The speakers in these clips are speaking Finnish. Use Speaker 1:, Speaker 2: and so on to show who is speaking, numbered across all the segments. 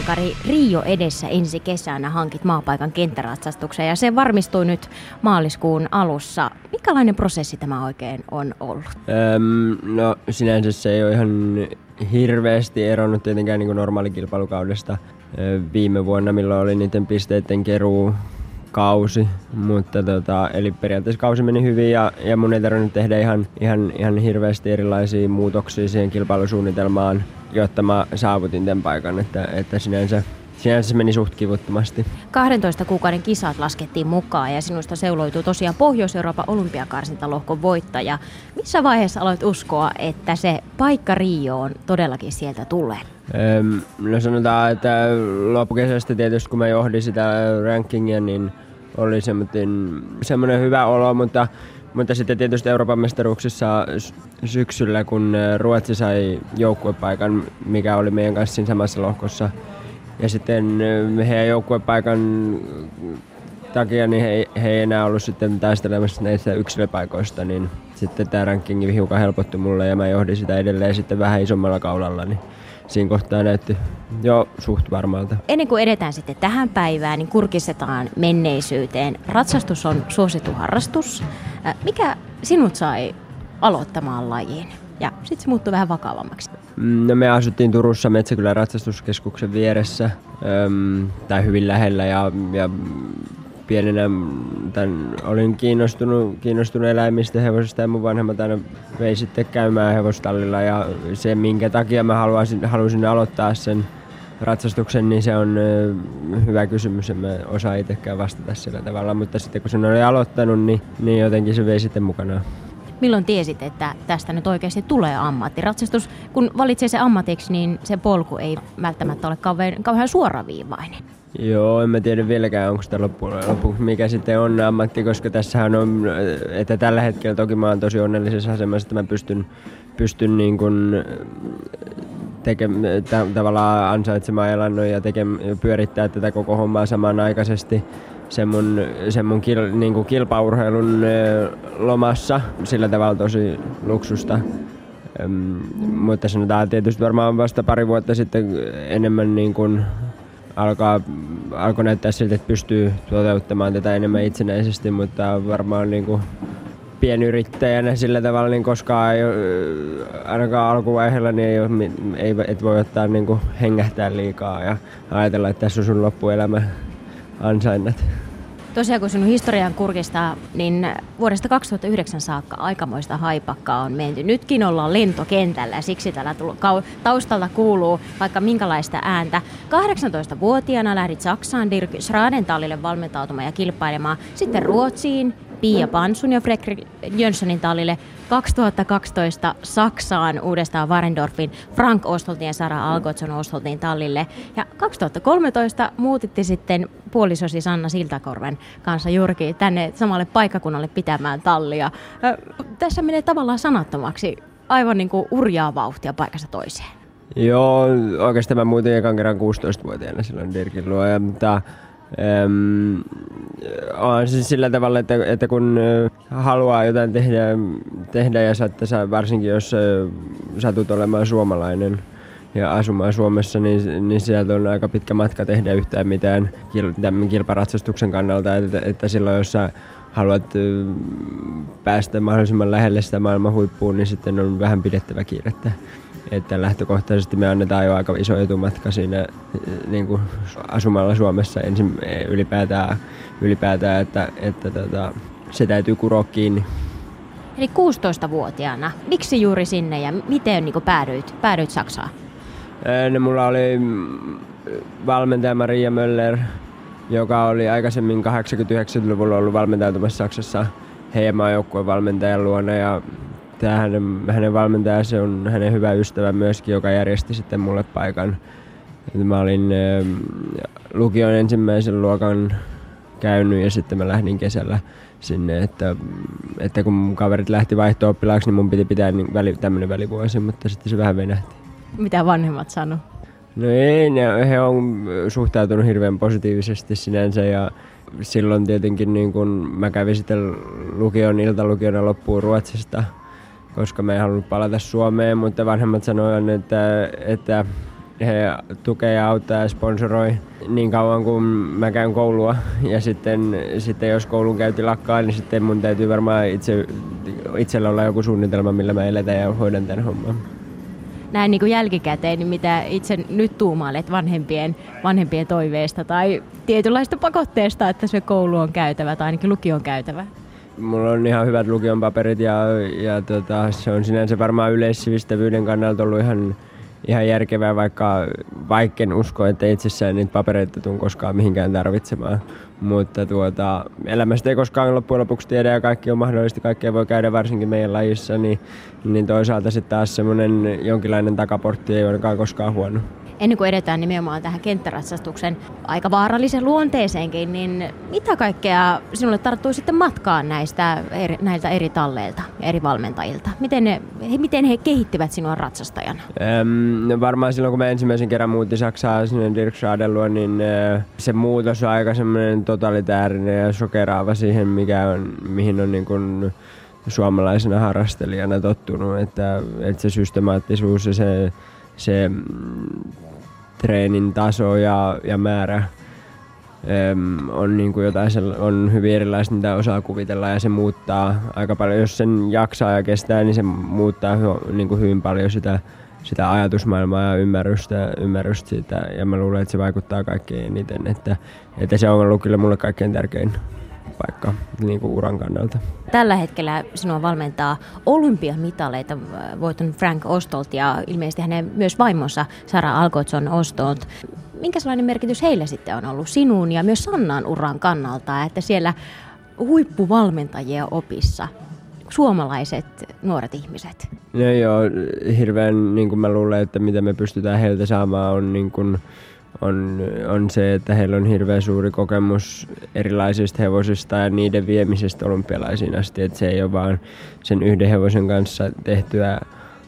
Speaker 1: Kari, Rio edessä ensi kesänä hankit maapaikan kenttäratsastukseen ja se varmistui nyt maaliskuun alussa. Minkälainen prosessi tämä oikein on ollut?
Speaker 2: No sinänsä se ei ole ihan hirveästi eronnut tietenkään niin kuin normaalikilpailukaudesta viime vuonna, milloin oli niiden pisteiden keruu kausi, mutta eli periaatteessa kausi meni hyvin ja mun ei tarvinnut tehdä ihan hirveästi erilaisia muutoksia siihen kilpailusuunnitelmaan, jotta mä saavutin tämän paikan, että sinänsä se meni suht kivuttomasti.
Speaker 1: 12 kuukauden kisat laskettiin mukaan ja sinusta seuloituu tosiaan Pohjois-Euroopan olympiakarsintalohkon voittaja. Missä vaiheessa aloit uskoa, että se paikka Rioon todellakin sieltä tulee?
Speaker 2: No sanotaan, että loppukesästä tietysti kun mä johdin sitä rankingia, niin oli semmoinen hyvä olo, mutta sitten tietysti Euroopan mestaruuksissa syksyllä, kun Ruotsi sai joukkuepaikan, mikä oli meidän kanssa siinä samassa lohkossa, ja sitten heidän joukkuepaikan takia niin he ei enää ollut sitten taistelemassa näistä yksilöpaikoista, niin sitten tämä rankingi hiukan helpottui mulle ja mä johdin sitä edelleen sitten vähän isommalla kaudalla, niin siinä kohtaa näytti jo suht varmalta.
Speaker 1: Ennen kuin edetään sitten tähän päivään, niin kurkistetaan menneisyyteen. Ratsastus on suosittu harrastus. Mikä sinut sai aloittamaan lajiin? Ja sitten se muuttui vähän vakavammaksi.
Speaker 2: No me asuttiin Turussa Metsäkylän ratsastuskeskuksen vieressä, tai hyvin lähellä ja pienenä olin kiinnostunut eläimistä, hevosista ja mun vanhemmat aina vei sitten käymään hevostallilla ja se minkä takia mä halusin aloittaa sen ratsastuksen, niin se on hyvä kysymys, en mä osaa itsekään vastata sillä tavalla, mutta sitten kun sen oli aloittanut, niin jotenkin se vei sitten mukanaan.
Speaker 1: Milloin tiesit, että tästä nyt oikeasti tulee ammatti? Ratsastus, kun valitsee se ammatiksi, niin se polku ei välttämättä ole kauhean suoraviivainen.
Speaker 2: Joo, en mä tiedä vieläkään, onko sitä lopuksi mikä sitten on ammatti, koska tässähän on, että tällä hetkellä toki mä oon tosi onnellisessa asemassa, että mä pystyn niin kuin tavallaan ansaitsemaan elannon ja pyörittää tätä koko hommaa samanaikaisesti sen mun kilpaurheilun lomassa, sillä tavalla tosi luksusta. Mutta sanotaan tietysti varmaan vasta pari vuotta sitten enemmän niin kuin alkoi näyttää siltä, että pystyy toteuttamaan tätä enemmän itsenäisesti, mutta varmaan niin kuin pienyrittäjänä sillä tavalla niin koskaan ainakaan alkuvaiheella niin et voi ottaa niin kuin hengähtää liikaa ja ajatella, että tässä on sun loppuelämä ansainnat.
Speaker 1: Tosiaan kun sinun historian kurkistaa, niin vuodesta 2009 saakka aikamoista haipakkaa on menty. Nytkin ollaan lentokentällä ja siksi täällä taustalta kuuluu vaikka minkälaista ääntä. 18-vuotiaana lähdit Saksaan Dirk Schradenthalille valmentautumaan ja kilpailemaan. Sitten Ruotsiin, Pia Pansun ja Fredrik Jönssonin tallille. 2012 Saksaan uudestaan Warendorfin Frank Ostholtin ja Sara Algotsson Ostholtin tallille. Ja 2013 muutitti sitten puolisosi Sanna Siltakorven kanssa juurikin tänne samalle paikkakunnalle pitämään tallia. Tässä menee tavallaan sanattomaksi aivan niin kuin urjaa vauhtia paikasta toiseen.
Speaker 2: Joo, oikeastaan mä muutin ekan kerran 16-vuotiaana silloin Dirkin luo, mutta on siis sillä tavalla, että kun haluaa jotain tehdä ja varsinkin jos satut olemaan suomalainen ja asumaan Suomessa, niin sieltä on aika pitkä matka tehdä yhtään mitään kilparatsastuksen kannalta, että silloin jos sä haluat päästä mahdollisimman lähelle sitä maailman huippuun, niin sitten on vähän pidettävä kiirettä. Että lähtökohtaisesti me annetaan jo aika iso etumatka siinä niin kuin asumalla Suomessa ylipäätään että se täytyy kuroa kiinni.
Speaker 1: Eli 16-vuotiaana. Miksi juuri sinne ja miten niin kuin päädyit Saksaan?
Speaker 2: No, mulla oli valmentaja Maria Möller, joka oli aikaisemmin 80-90-luvulla ollut valmentautumassa Saksassa heidän maajoukkueen valmentajan luona. Ja hänen valmentajansa on hänen hyvä ystävä myöskin, joka järjesti sitten mulle paikan. Mä olin lukion ensimmäisen luokan käynyt ja sitten mä lähdin kesällä sinne, että kun kaverit lähti vaihto-oppilaaksi, niin mun piti pitää tämmönen välivuosi, mutta sitten se vähän venähti.
Speaker 1: Mitä vanhemmat sanoi?
Speaker 2: No ei, he on suhtautunut hirveän positiivisesti sinänsä ja silloin tietenkin niin kun mä kävin sitten iltalukiona loppuun Ruotsista, koska mä en halunnut palata Suomeen, mutta vanhemmat sanoivat, että he tukee ja auttaa ja sponsoroi niin kauan kuin mä käyn koulua. Ja sitten jos koulunkäynti lakkaa, niin sitten mun täytyy varmaan itsellä olla joku suunnitelma, millä mä eletän ja hoidan tämän homman.
Speaker 1: Näin niin kuin jälkikäteen, niin mitä itse nyt tuumailet vanhempien toiveesta tai tietynlaista pakotteesta, että se koulu on käytävä tai ainakin lukio on käytävä?
Speaker 2: Mulla on ihan hyvät lukion paperit ja se on sinänsä varmaan yleissivistävyyden kannalta ollut ihan järkevää, vaikka en usko, että itsessään niitä papereita tuun koskaan mihinkään tarvitsemaan. Mutta elämästä ei koskaan loppujen lopuksi tiedä ja kaikki on mahdollista, kaikkea voi käydä varsinkin meidän lajissa, niin toisaalta sitten taas semmoinen jonkinlainen takaportti ei olekaan koskaan huono.
Speaker 1: Ennen kuin edetään nimenomaan tähän kenttäratsastuksen aika vaarallisen luonteeseenkin, niin mitä kaikkea sinulle tarttuu sitten matkaan näiltä eri talleilta ja eri valmentajilta? Miten he kehittivät sinua ratsastajana?
Speaker 2: Varmaan silloin, kun mä ensimmäisen kerran muutin Saksaan sinne Dirk Schadelua, niin se muutos on aika semmoinen totalitäärinen ja shokeraava siihen, mihin on niin kuin suomalaisena harrastelijana tottunut, että se systemaattisuus ja se treenin taso ja määrä on niin kuin on hyvin erilaista, mitä osaa kuvitella ja se muuttaa aika paljon. Jos sen jaksaa ja kestää, niin se muuttaa niin kuin hyvin paljon sitä ajatusmaailmaa ja ymmärrystä siitä. Ja mä luulen, että se vaikuttaa kaikkein eniten, että se on ollut kyllä mulle kaikkein tärkein paikka niin kuin uran kannalta.
Speaker 1: Tällä hetkellä sinua valmentaa olympiamitaleita voiton Frank Ostolt ja ilmeisesti hänen myös vaimonsa Sara Algotsson Ostolt. Minkä sellainen merkitys heillä sitten on ollut sinun ja myös Sannan uran kannalta, että siellä huippuvalmentajia opissa suomalaiset nuoret ihmiset?
Speaker 2: No joo, hirveän niin kuin mä luulen, että mitä me pystytään heiltä saamaan on niin kuin on se, että heillä on hirveän suuri kokemus erilaisista hevosista ja niiden viemisestä olympialaisiin asti. Että se ei ole vaan sen yhden hevosen kanssa tehtyä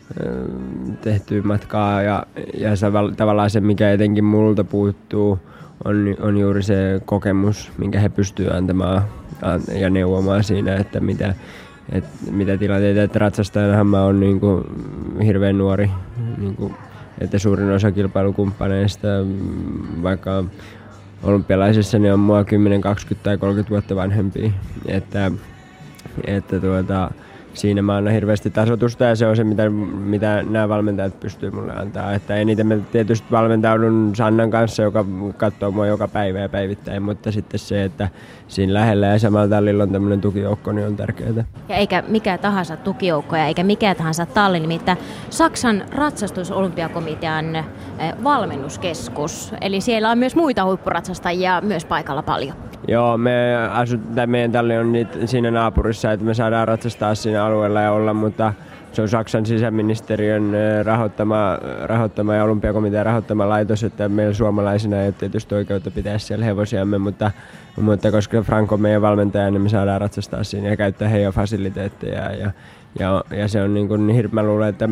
Speaker 2: matkaa ja tavallaan se, mikä etenkin multa puuttuu, on juuri se kokemus, minkä he pystyvät antamaan ja neuvomaan siinä, että mitä tilanteita. Että ratsastajanahan mä oon niin kuin hirveän nuori. Niin kuin, että suurin osa kilpailukumppaneista, vaikka olympialaisissa, ne on mua 10, 20 tai 30 vuotta vanhempia. Että siinä mä annan hirveästi tasoitusta ja se on se, mitä nämä valmentajat pystyy mulle antaa. Että eniten mä tietysti valmentaudun Sannan kanssa, joka katsoo mua joka päivä ja päivittäin, mutta sitten se, että siinä lähellä ja samalla tallilla on tämmöinen tukijoukko, niin on tärkeää.
Speaker 1: Ja eikä mikä tahansa tukijoukko ja eikä mikä tahansa talli, nimittäin Saksan ratsastusolympiakomitean valmennuskeskus. Eli siellä on myös muita huippuratsastajia myös paikalla paljon.
Speaker 2: Joo, meidän talli on siinä naapurissa, että me saadaan ratsastaa siinä alueella ja olla, mutta se on Saksan sisäministeriön rahoittama ja olympiakomitean rahoittama laitos, että meillä suomalaisina ei ole tietysti oikeutta pitää siellä hevosiamme, mutta koska Frank on meidän valmentaja, niin me saadaan ratsastaa siinä ja käyttää heidän fasiliteetteja. Ja se on niin kuin, mä luulen, että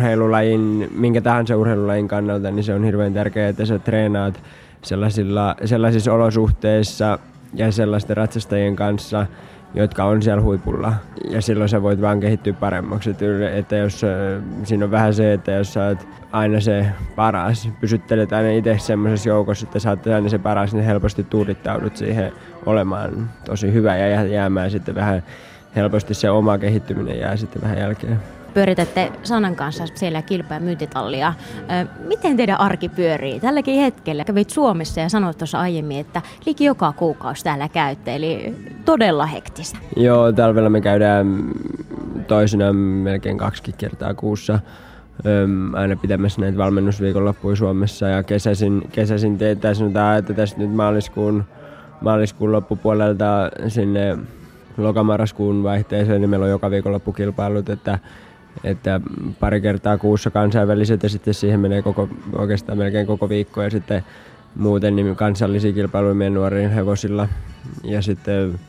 Speaker 2: minkä tahansa urheilulajin kannalta, niin se on hirveän tärkeää, että sä treenaat sellaisissa olosuhteissa ja sellaisten ratsastajien kanssa, jotka on siellä huipulla. Ja silloin sä voit vaan kehittyä paremmaksi. Että jos siinä on vähän se, että jos sä oot aina se paras, pysyttelet aina itse semmoisessa joukossa, että sä oot aina se paras, niin helposti tuudittaudut siihen olemaan tosi hyvä ja jäämään sitten vähän helposti se oma kehittyminen jää sitten vähän jälkeen.
Speaker 1: Pyöritätte Sannan kanssa siellä kilpa- ja myyntitallia. Miten teidän arki pyörii tälläkin hetkellä? Kävit Suomessa ja sanoit tuossa aiemmin, että liki joka kuukausi täällä käytte, eli todella hektistä. Joo, talvella me käydään toisinaan melkein 2 kertaa kuussa aina pitämässä näitä valmennusviikonloppuja Suomessa. Ja kesäisin sanotaan, että tässä nyt maaliskuun loppupuolelta sinne lokamarraskuun vaihteeseen, niin meillä on joka viikonloppu kilpailut, että pari kertaa kuussa kansainväliset ja sitten siihen menee oikeastaan melkein koko viikko ja sitten muuten niin kansallisia kilpailuja meidän nuorilla hevosilla ja sitten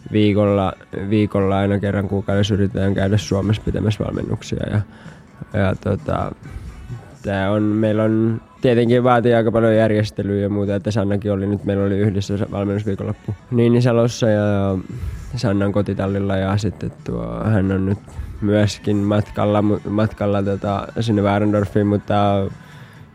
Speaker 1: viikolla aina kerran kuukaudessa yritetään käydä Suomessa pitämässä valmennuksia meillä on tietenkin vaatii aika paljon järjestelyä ja muuta, että Sannakin oli nyt, meillä oli yhdessä valmennusviikonloppu Niinisalossa ja Sannan kotitallilla ja sitten hän on nyt myöskin matkalla sinne Wärendorfiin, mutta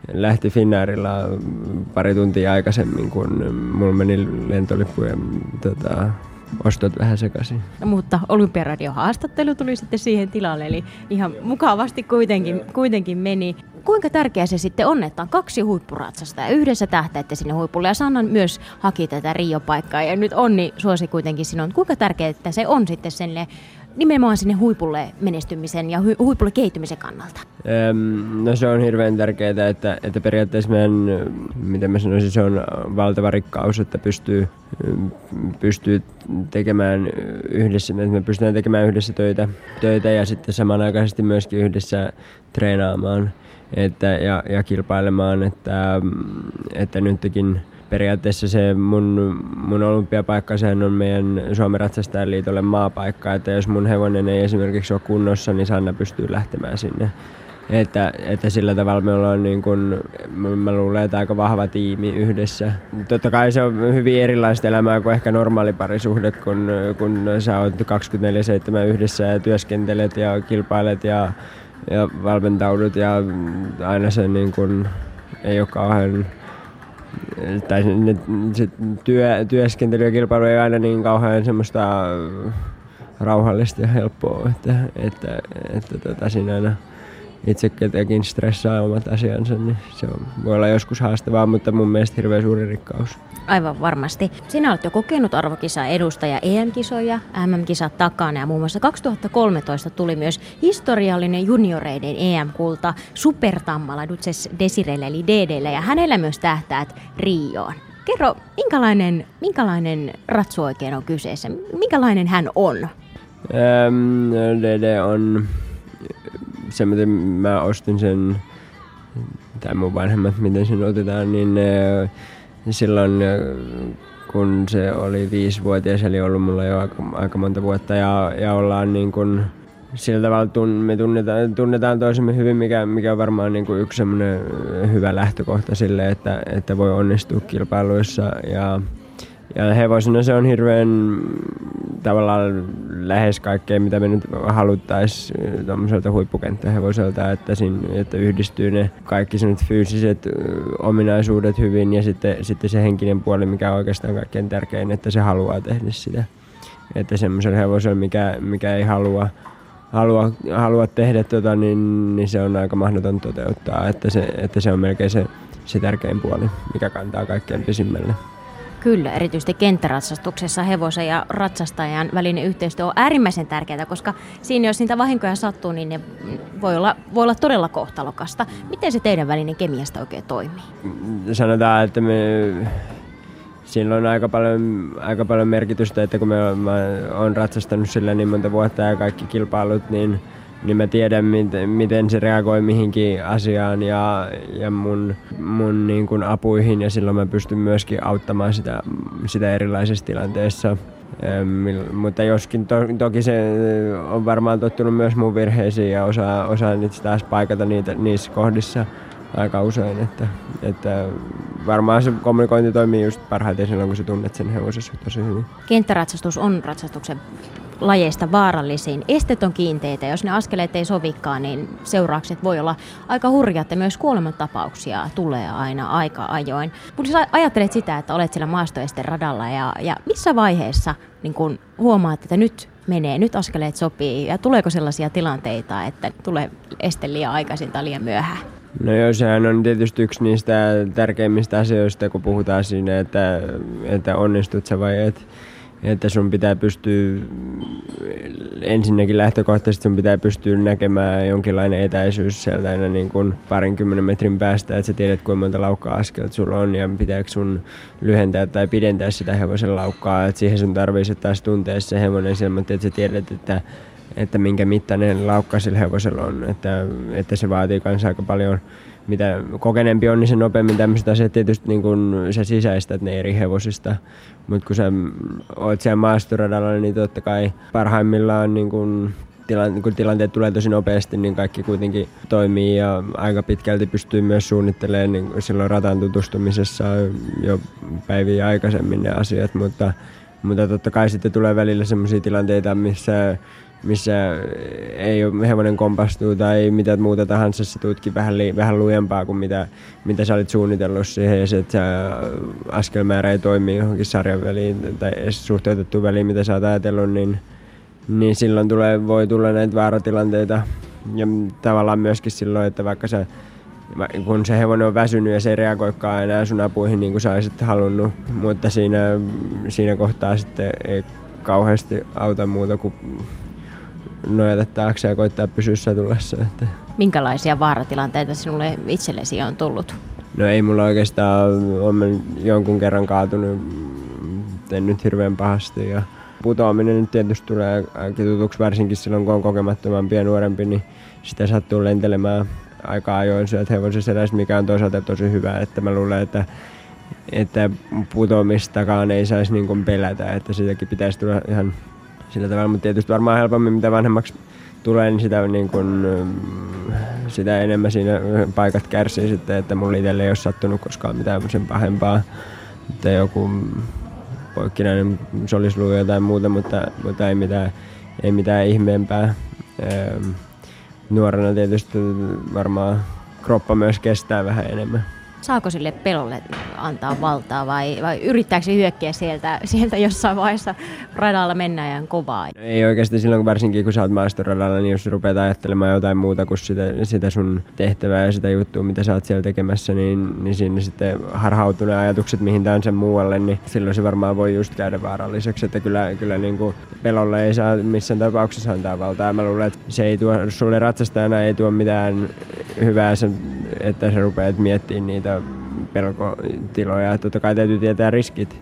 Speaker 2: lähti Finnairilla pari tuntia aikaisemmin, kun mulla meni lentolippujen ostot vähän sekaisin.
Speaker 1: Mutta Olympiaradion haastattelu tuli sitten siihen tilalle, eli ihan mukavasti kuitenkin meni. Kuinka tärkeää se sitten on, että on 2 huippuratsasta ja yhdessä tähtäätte sinne huipulle, ja Sanna myös haki tätä Rio-paikkaa, ja nyt Onni suosi kuitenkin sinun. Kuinka tärkeää että se on sitten nimenomaan sinne huipulle menestymisen ja huipulle kehittymisen kannalta?
Speaker 2: No se on hirveän tärkeää, että periaatteessa meidän, miten mä sanoisin, se on valtava rikkaus, että pystyy tekemään yhdessä, että me pystytään tekemään yhdessä töitä ja sitten samanaikaisesti myöskin yhdessä treenaamaan ja kilpailemaan, että nytkin periaatteessa se mun olympiapaikka, sehän on meidän Suomen Ratsastajaliitolle maapaikka, että jos mun hevonen ei esimerkiksi ole kunnossa, niin Sanna pystyy lähtemään sinne. Että sillä tavalla me ollaan niin kuin, mä luulen, että aika vahva tiimi yhdessä. Totta kai se on hyvin erilaista elämää kuin ehkä normaali parisuhde, kun sä oot 24/7 yhdessä ja työskentelet ja kilpailet ja valmentaudut ja aina se niin kuin, ei ole kauhean tai se työskentely ja kilpailu ei aina niin kauhean semmoista rauhallista ja helppoa, että siinä aina itse ketenkin stressaa omat asiansa, niin se voi olla joskus haastavaa, mutta mun mielestä hirveän suuri rikkaus.
Speaker 1: Aivan varmasti. Sinä olet jo kokenut arvokisa-edustaja EM-kisoja, MM-kisat takana ja muun muassa 2013 tuli myös historiallinen junioreiden EM-kulta Supertammalla Duces Desirelle eli DDlle ja hänellä myös tähtäät Rioon. Kerro, minkälainen ratsu oikein on kyseessä? Minkälainen hän on?
Speaker 2: DD on se, miten mä ostin sen, tai mun vanhemmat, miten sen otetaan, niin silloin kun se oli 5-vuotias, eli ollut mulla jo aika monta vuotta, ja ollaan niin kuin sillä tavalla me tunnetaan toisemme hyvin, mikä on varmaan niin kuin yksi semmoinen hyvä lähtökohta sille, että voi onnistua kilpailuissa. Ja hevosena se on hirveän tavallaan lähes kaikkea, mitä me nyt haluttaisiin tuommoiselta huippukenttähevoselta, että yhdistyy ne kaikki fyysiset ominaisuudet hyvin ja sitten se henkinen puoli, mikä on oikeastaan kaikkein tärkein, että se haluaa tehdä sitä. Että semmoisella hevosella, mikä ei halua tehdä niin se on aika mahdoton toteuttaa, että se on melkein se tärkein puoli, mikä kantaa kaikkein pisimmälle.
Speaker 1: Kyllä, erityisesti kenttäratsastuksessa hevosen ja ratsastajan välinen yhteistyö on äärimmäisen tärkeää, koska siinä jos niitä vahinkoja sattuu, niin ne voi olla todella kohtalokasta. Miten se teidän välinen kemiasta oikein toimii? Sanotaan,
Speaker 2: että sillä on aika paljon merkitystä, että kun mä oon ratsastanut sillä niin monta vuotta ja kaikki kilpailut, niin mä tiedän, miten se reagoi mihinkin asiaan ja mun niin kuin apuihin, ja silloin mä pystyn myöskin auttamaan sitä erilaisissa tilanteissa. Mutta joskin toki se on varmaan tottunut myös mun virheisiin ja osaa nyt taas paikata niissä kohdissa aika usein, että varmaan se kommunikointi toimii just parhaiten silloin, kun sä tunnet sen hevosessa tosi hyvin.
Speaker 1: Kenttäratsastus on ratsastuksen lajeista vaarallisin. Estet on kiinteitä. Jos ne askeleet ei sovikaan, niin seuraukset voi olla aika hurjat ja myös kuolemantapauksia tulee aina aika ajoin. Mutta jos ajattelet sitä, että olet siellä maastoesteradalla ja missä vaiheessa niin kun huomaat, että nyt askeleet sopii ja tuleeko sellaisia tilanteita, että tulee este liian aikaisin tai liian myöhään?
Speaker 2: No joo, sehän on tietysti yksi niistä tärkeimmistä asioista, kun puhutaan siinä, että onnistut sä vai et. Että sun pitää pystyä, ensinnäkin lähtökohtaisesti sun pitää pystyä näkemään jonkinlainen etäisyys sieltä aina niin kuin 20 metrin päästä, että sä tiedät kuinka monta laukka-askelta sulla on ja pitääkö sun lyhentää tai pidentää sitä hevosen laukkaa. Että siihen sun tarvitsee taas tuntea se hevonen silmät, että sä tiedät, että minkä mittainen laukka sillä hevosella on. Että se vaatii kanssa aika paljon. Mitä kokeneempi on, niin se nopeammin tämmöiset asiat tietysti niin kun sä sisäistät ne eri hevosista. Mutta kun sä oot siellä maastoradalla, niin totta kai parhaimmillaan niin kun tilanteet tulee tosi nopeasti, niin kaikki kuitenkin toimii ja aika pitkälti pystyy myös suunnittelemaan niin silloin rataan tutustumisessa jo päiviä aikaisemmin ne asiat, mutta totta kai sitten tulee välillä sellaisia tilanteita, missä ei ole hevonen kompastuu tai mitä muuta tahansa, sä tuutkin vähän lujempaa kuin mitä sä olit suunnitellut siihen, ja se, että askelmäärä ei toimi johonkin sarjan väliin tai suhteutettuun väliin, mitä sä oot ajatellut, niin silloin voi tulla näitä vaaratilanteita. Ja tavallaan myöskin silloin, että vaikka kun se hevonen on väsynyt ja se ei reagoikaan enää sun apuihin niin kuin sä olisit halunnut, mutta siinä kohtaa sitten ei kauheasti auta muuta kuin nojata taakse ja koittaa pysyä satulassa.
Speaker 1: Minkälaisia vaaratilanteita sinulle itsellesi on tullut?
Speaker 2: No ei mulla oikeastaan, olen jonkun kerran kaatunut, en nyt hirveän pahasti, ja putoaminen nyt tietysti tulee aika tutuksi, varsinkin silloin kun on kokemattomampi ja nuorempi, niin sitä sattuu lentelemään aika ajoin sieltä hevosen selästä, mikä on toisaalta tosi hyvä, että mä luulen, että putoamistakaan ei saisi niin kuin pelätä, että sitäkin pitäisi tulla ihan sillä tavalla, mutta tietysti varmaan helpommin mitä vanhemmaksi tulee, niin sitä enemmän siinä paikat kärsii sitten, että mulla itselle ei ole sattunut koskaan mitään sen pahempaa, että joku poikkinäinen solisluu jotain muuta, mutta ei mitään ihmeempää. Nuorena tietysti varmaan kroppa myös kestää vähän enemmän.
Speaker 1: Saako sille pelolle antaa valtaa vai yrittääkö se hyökkiä sieltä jossain vaiheessa radalla mennään ja kovaa?
Speaker 2: Ei oikeasti silloin, varsinkin kun sä oot maastoradalla, niin jos rupeat ajattelemaan jotain muuta kuin sitä sun tehtävää ja sitä juttua, mitä sä oot siellä tekemässä, niin siinä sitten harhautuu ne ajatukset mihin tahansa muualle, niin silloin se varmaan voi just käydä vaaralliseksi. Että kyllä niin kuin pelolle ei saa missään tapauksessa antaa valtaa. Mä luulen, että se ei tuo, sulle ratsastajana ei tuo mitään hyvää, että sä rupeat miettimään niitä pelkotiloja. Totta kai täytyy tietää riskit,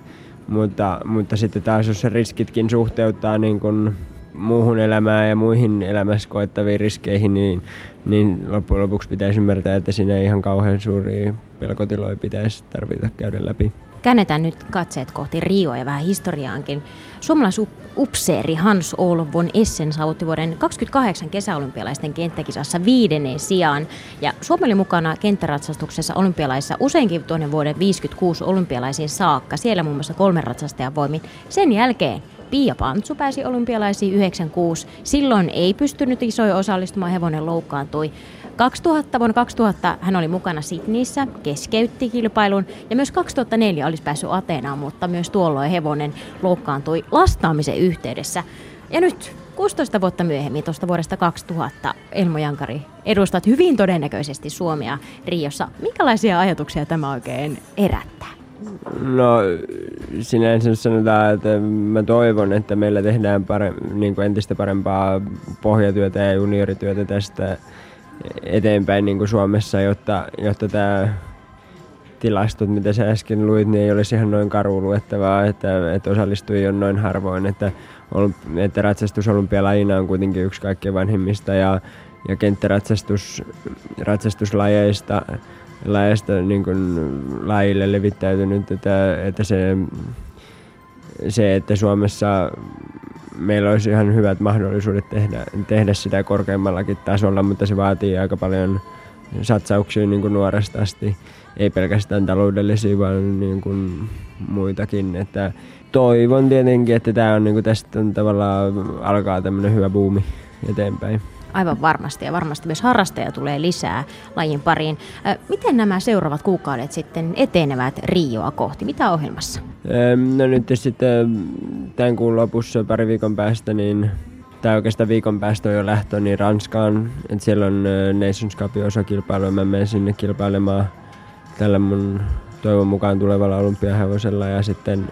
Speaker 2: mutta sitten taas jos se riskitkin suhteuttaa niin kuin muuhun elämään ja muihin elämässä koettaviin riskeihin, niin loppujen lopuksi pitäisi ymmärtää, että siinä ei ihan kauhean suuria pelkotiloja pitäisi tarvita käydä läpi.
Speaker 1: Käännetään nyt katseet kohti Rioa ja vähän historiaankin. Suomalaisupseeri Hans Olof von Essen saavutti vuoden 28 kesäolympialaisten kenttäkisassa 5. sijan. Ja Suomi oli mukana kenttäratsastuksessa olympialaisissa useinkin tuonne vuoden 1956 olympialaisiin saakka. Siellä muun muassa 3 ratsastajan voimin. Sen jälkeen Pia Pantsu pääsi olympialaisiin 1996. Silloin ei pystynyt isoja osallistumaan, hevonen loukkaantui. Vuonna 2000 hän oli mukana Sydneyssä, keskeytti kilpailun ja myös 2004 olisi päässyt Ateenaan, mutta myös tuolloin hevonen loukkaantui lastaamisen yhteydessä. Ja nyt 16 vuotta myöhemmin, tuosta vuodesta 2000, Elmo Jankari, edustat hyvin todennäköisesti Suomea Riossa. Minkälaisia ajatuksia tämä oikein herättää?
Speaker 2: No sinänsä sanotaan, että mä toivon, että meillä tehdään niin kuin entistä parempaa pohjatyötä ja juniorityötä tästä eteenpäin niin kuin Suomessa, jotta tämä tilastot, mitä sä äsken luit, niin ei olisi ihan noin karuun luettavaa, että osallistujia on noin harvoin, että ratsastus olympialajina on kuitenkin yksi kaikkein vanhimmista ja kenttärats-ratsastuslajeista niin kuin lajille levittäytynyt, että se, että Suomessa meillä olisi ihan hyvät mahdollisuudet tehdä sitä korkeammallakin tasolla, mutta se vaatii aika paljon satsauksia niin kuin nuoresta asti. Ei pelkästään taloudellisia, vaan niin kuin muitakin. Että toivon tietenkin, että tämä on, niin kuin tästä on tavallaan alkaa tämmöinen hyvä buumi eteenpäin.
Speaker 1: Aivan varmasti, ja varmasti myös harrastajia tulee lisää lajin pariin. Miten nämä seuraavat kuukaudet sitten etenevät Rioa kohti? Mitä ohjelmassa?
Speaker 2: No nyt sitten tämän kuun lopussa pari viikon päästä, tai oikeastaan viikon päästä on jo lähtö niin Ranskaan. Että siellä on Nations Cupin osakilpailu, mä menen sinne kilpailemaan tällä mun toivon mukaan tulevalla olympiahevosella, ja sitten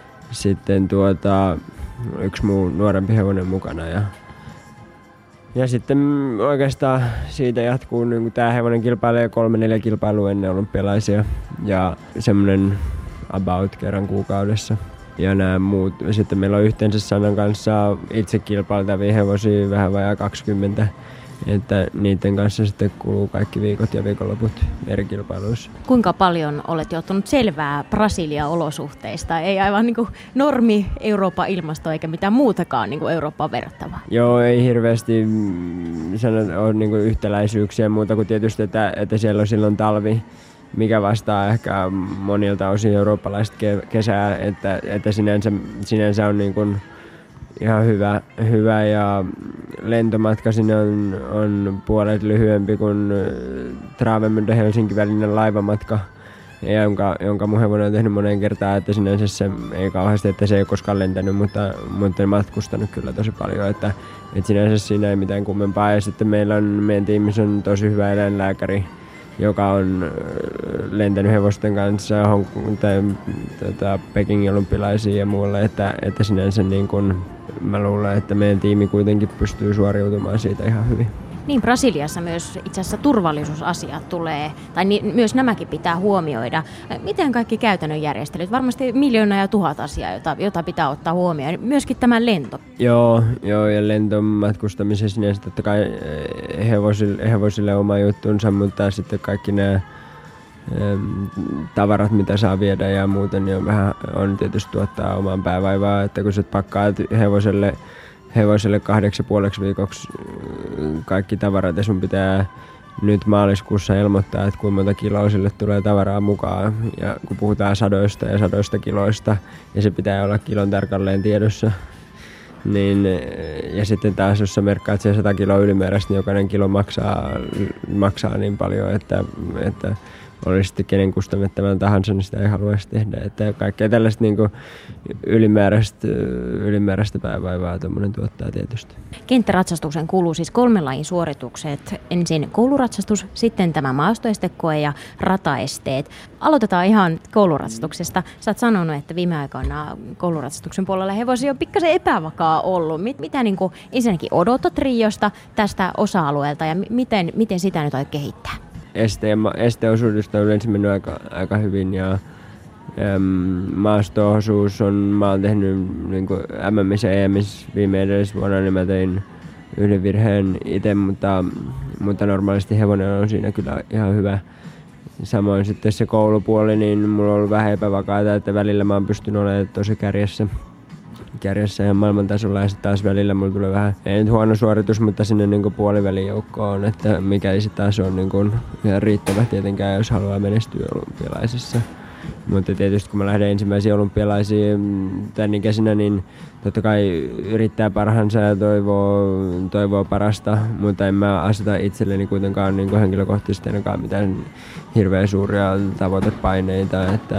Speaker 2: yksi muu nuorempi hevonen mukana. Ja sitten oikeastaan siitä jatkuu, niin tämä hevonen kilpailee 3-4 kilpailua ennen olympialaisia ja semmoinen about kerran kuukaudessa. Ja nämä muut, sitten meillä on yhteensä Sannan kanssa itse kilpailtavia hevosia vähän vajaa 20, että niiden kanssa sitten kuluu kaikki viikot ja viikonloput eri kilpailuissa.
Speaker 1: Kuinka paljon olet jo ottanut selvää Brasilia-olosuhteista? Ei aivan niin kuin normi Euroopan ilmasto eikä mitään muutakaan niin kuin Eurooppaan verrattavaa.
Speaker 2: Joo, ei hirveästi ole niin kuin yhtäläisyyksiä muuta kuin tietysti, että siellä on silloin talvi, mikä vastaa ehkä monilta osin eurooppalaista kesää, että sinänsä on niin kuin ihan hyvä ja lentomatka sinne on puolet lyhyempi kuin Travemünde Helsinki välinen laivamatka, jonka mun hevonen on tehnyt moneen kertaan, että sinänsä se ei kauheasti, että se ei koskaan lentänyt, mutta matkustanut kyllä tosi paljon, että sinänsä siinä ei mitään kummempaa. Ja sitten meidän tiimissä on tosi hyvä eläinlääkäri, joka on lentänyt hevosten kanssa Pekingin olympialaisiin ja muualle, että sinänsä niin kun mä luulen, että meidän tiimi kuitenkin pystyy suoriutumaan siitä ihan hyvin.
Speaker 1: Niin, Brasiliassa myös itse asiassa turvallisuusasiat tulee, tai myös nämäkin pitää huomioida. Miten kaikki käytännön järjestelyt? Varmasti 1,000,000 ja 1,000 asiaa, jota pitää ottaa huomioon. Myöskin tämä lento.
Speaker 2: Joo, ja lentomatkustamisessa niin totta kai hevosille oma juttunsa, mutta sitten kaikki nämä tavarat, mitä saa viedä ja muuten, niin on tietysti tuottaa oman päävaivaa, että kun sä pakkaat hevoselle 8,5 viikoksi kaikki tavarat ja sun pitää nyt maaliskuussa ilmoittaa, että kuinka monta kiloa sille tulee tavaraa mukaan. Ja kun puhutaan sadoista kiloista ja se pitää olla kilon tarkalleen tiedossa, niin, ja sitten taas jos sä merkkaat sen 100 kiloa ylimääräistä, niin jokainen kilo maksaa niin paljon, että olisi sitten kenen kustannettavan tahansa, niin sitä ei haluaisi tehdä. Että kaikkea tällaista niin kuin ylimääräistä päävaivaa tuommoinen tuottaa tietysti.
Speaker 1: Kenttäratsastukseen kuuluu siis 3 lajin suoritukset. Ensin kouluratsastus, sitten tämä maastoestekoe ja rataesteet. Aloitetaan ihan kouluratsastuksesta. Sä oot sanonut, että viime aikoina kouluratsastuksen puolella hevosia on pikkasen epävakaa ollut. Mitä niin kuin ensinnäkin odotat Riosta tästä osa-alueelta ja miten sitä nyt aiot kehittää?
Speaker 2: Esteosuudesta on yleensä mennyt aika hyvin ja maasto-osuus mä oon tehnyt niin MM:ssä ja EM:ssä viime edellisvuonna, niin mä tein yhden virheen itse, mutta normaalisti hevonen on siinä kyllä ihan hyvä. Samoin sitten se koulupuoli, niin mulla on ollut vähän epävakaata, että välillä mä oon pystynyt olemaan tosi kärjessä ja maailmantasolla ja sitten taas välillä mulla tulee vähän, ei nyt huono suoritus, mutta sinne niin puolivälin joukkoon, että mikäli se taas on niin ihan riittävä tietenkään, jos haluaa menestyä olympialaisissa. Mutta tietysti kun mä lähden ensimmäisiin olympialaisiin tän ikäisenä, niin totta kai yrittää parhaansa ja toivoo parasta, mutta en mä aseta itselleni kuitenkaan niin henkilökohtaisesti ainakaan mitään hirveän suuria tavoitepaineita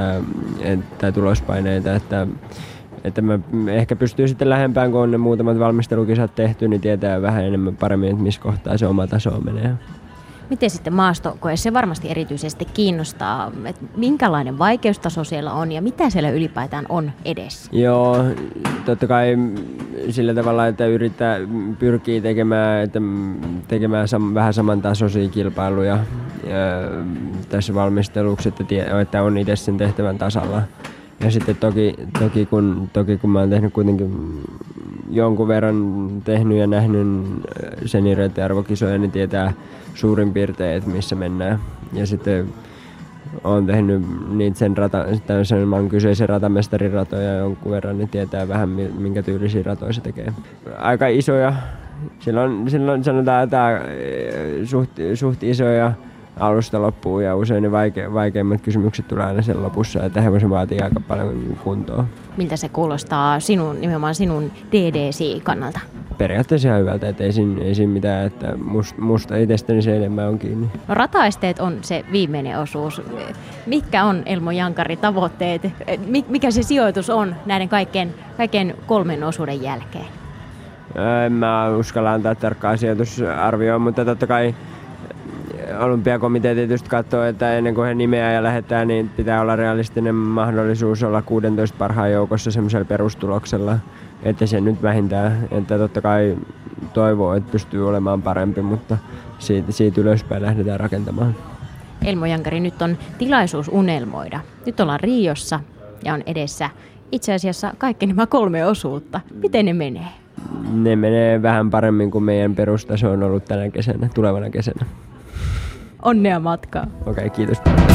Speaker 2: tai tulospaineita, että mä ehkä pystyy sitten lähempään, kun on ne muutamat valmistelukisat tehty, niin tietää vähän enemmän paremmin, että missä kohtaa se oma taso menee.
Speaker 1: Miten sitten maastokoe? Se varmasti erityisesti kiinnostaa, että minkälainen vaikeustaso siellä on ja mitä siellä ylipäätään on edessä?
Speaker 2: Joo, totta kai sillä tavalla, että pyrkii tekemään vähän samantasoisia kilpailuja tässä valmisteluksi, että on itse sen tehtävän tasalla. Ja sitten toki kun mä oon tehnyt kuitenkin jonkun verran tehnyt ja nähnyt senioreiden arvokisoja, niin tietää suurin piirtein, että missä mennään. Ja sitten oon tehnyt niitä sen kyseisen ratamestariratoja jonkun verran, niin tietää vähän minkä tyylisiä ratoja se tekee. Aika isoja. Silloin sanotaan, että suht isoja alusta loppuun ja usein ne vaikeimmat kysymykset tulee aina sen lopussa, että hevosen vaatii aika paljon kuntoa.
Speaker 1: Miltä se kuulostaa nimenomaan sinun DDC-kannalta?
Speaker 2: Periaatteessa ihan hyvältä, että ei siinä mitään, että musta itsestäni se enemmän on kiinni.
Speaker 1: No, rataesteet on se viimeinen osuus. Mitkä on Elmo Jankari tavoitteet? Mikä se sijoitus on näiden kaikkien 3 osuuden jälkeen?
Speaker 2: En mä uskalla antaa tarkkaa sijoitusarvioa, mutta totta kai Olympiakomitea tietysti katsoo, että ennen kuin he nimeää ja lähettää, niin pitää olla realistinen mahdollisuus olla 16 parhaan joukossa semmoisella perustuloksella, että se nyt vähintään, että totta kai toivoo, että pystyy olemaan parempi, mutta siitä ylöspäin lähdetään rakentamaan.
Speaker 1: Elmo Jankari, nyt on tilaisuus unelmoida. Nyt ollaan Riossa ja on edessä itse asiassa kaikki nämä 3 osuutta. Miten ne menee?
Speaker 2: Ne menee vähän paremmin kuin meidän perustaso on ollut tulevana kesänä.
Speaker 1: Onnea matkaa.
Speaker 2: Okei, kiitos.